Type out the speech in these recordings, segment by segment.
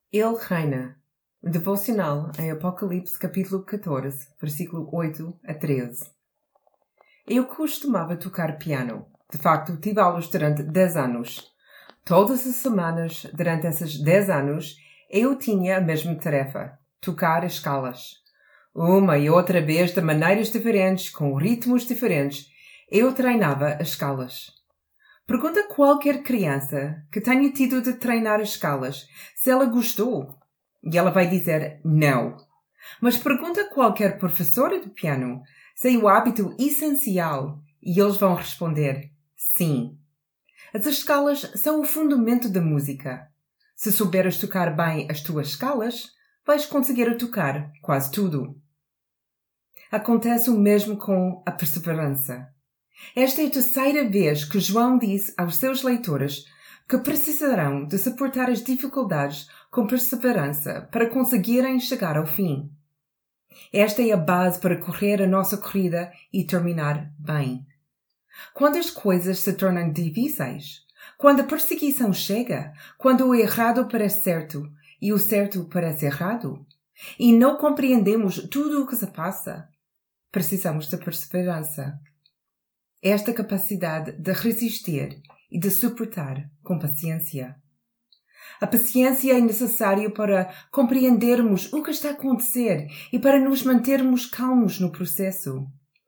Ele reina. Devocional em Apocalipse capítulo 14, versículo 8 a 13. Eu costumava tocar piano. De facto, tive aulas durante 10 anos. Todas as semanas, durante esses 10 anos, eu tinha a mesma tarefa: tocar escalas. Uma e outra vez, de maneiras diferentes, com ritmos diferentes, eu treinava as escalas. Pergunta a qualquer criança que tenha tido de treinar as escalas se ela gostou. E ela vai dizer não. Mas pergunta a qualquer professora de piano se é o hábito essencial e eles vão responder sim. As escalas são o fundamento da música. Se souberes tocar bem as tuas escalas, vais conseguir tocar quase tudo. Acontece o mesmo com a perseverança. Esta é a terceira vez que João diz aos seus leitores que precisarão de suportar as dificuldades com perseverança para conseguirem chegar ao fim. Esta é a base para correr a nossa corrida e terminar bem. Quando as coisas se tornam difíceis, quando a perseguição chega, quando o errado parece certo e o certo parece errado, e não compreendemos tudo o que se passa, precisamos de perseverança. Esta capacidade de resistir e de suportar com paciência. A paciência é necessária para compreendermos o que está a acontecer e para nos mantermos calmos no processo.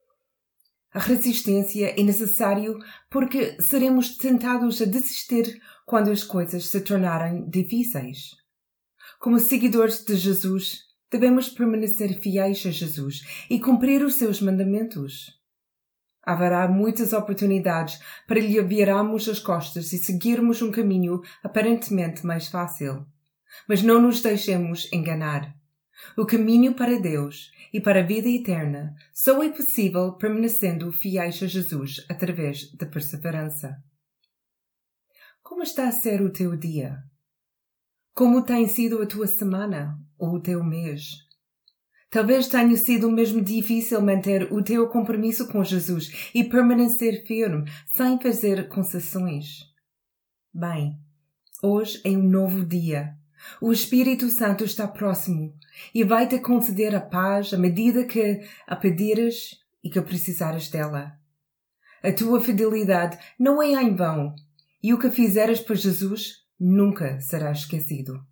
A resistência é necessária porque seremos tentados a desistir quando as coisas se tornarem difíceis. Como seguidores de Jesus, devemos permanecer fiéis a Jesus e cumprir os seus mandamentos. Haverá muitas oportunidades para lhe virarmos as costas e seguirmos um caminho aparentemente mais fácil. Mas não nos deixemos enganar. O caminho para Deus e para a vida eterna só é possível permanecendo fiéis a Jesus através da perseverança. Como está a ser o teu dia? Como tem sido a tua semana ou o teu mês? Talvez tenha sido mesmo difícil manter o teu compromisso com Jesus e permanecer firme, sem fazer concessões. Bem, hoje é um novo dia. O Espírito Santo está próximo e vai te conceder a paz à medida que a pedires e que precisares dela. A tua fidelidade não é em vão e o que fizeres por Jesus nunca será esquecido.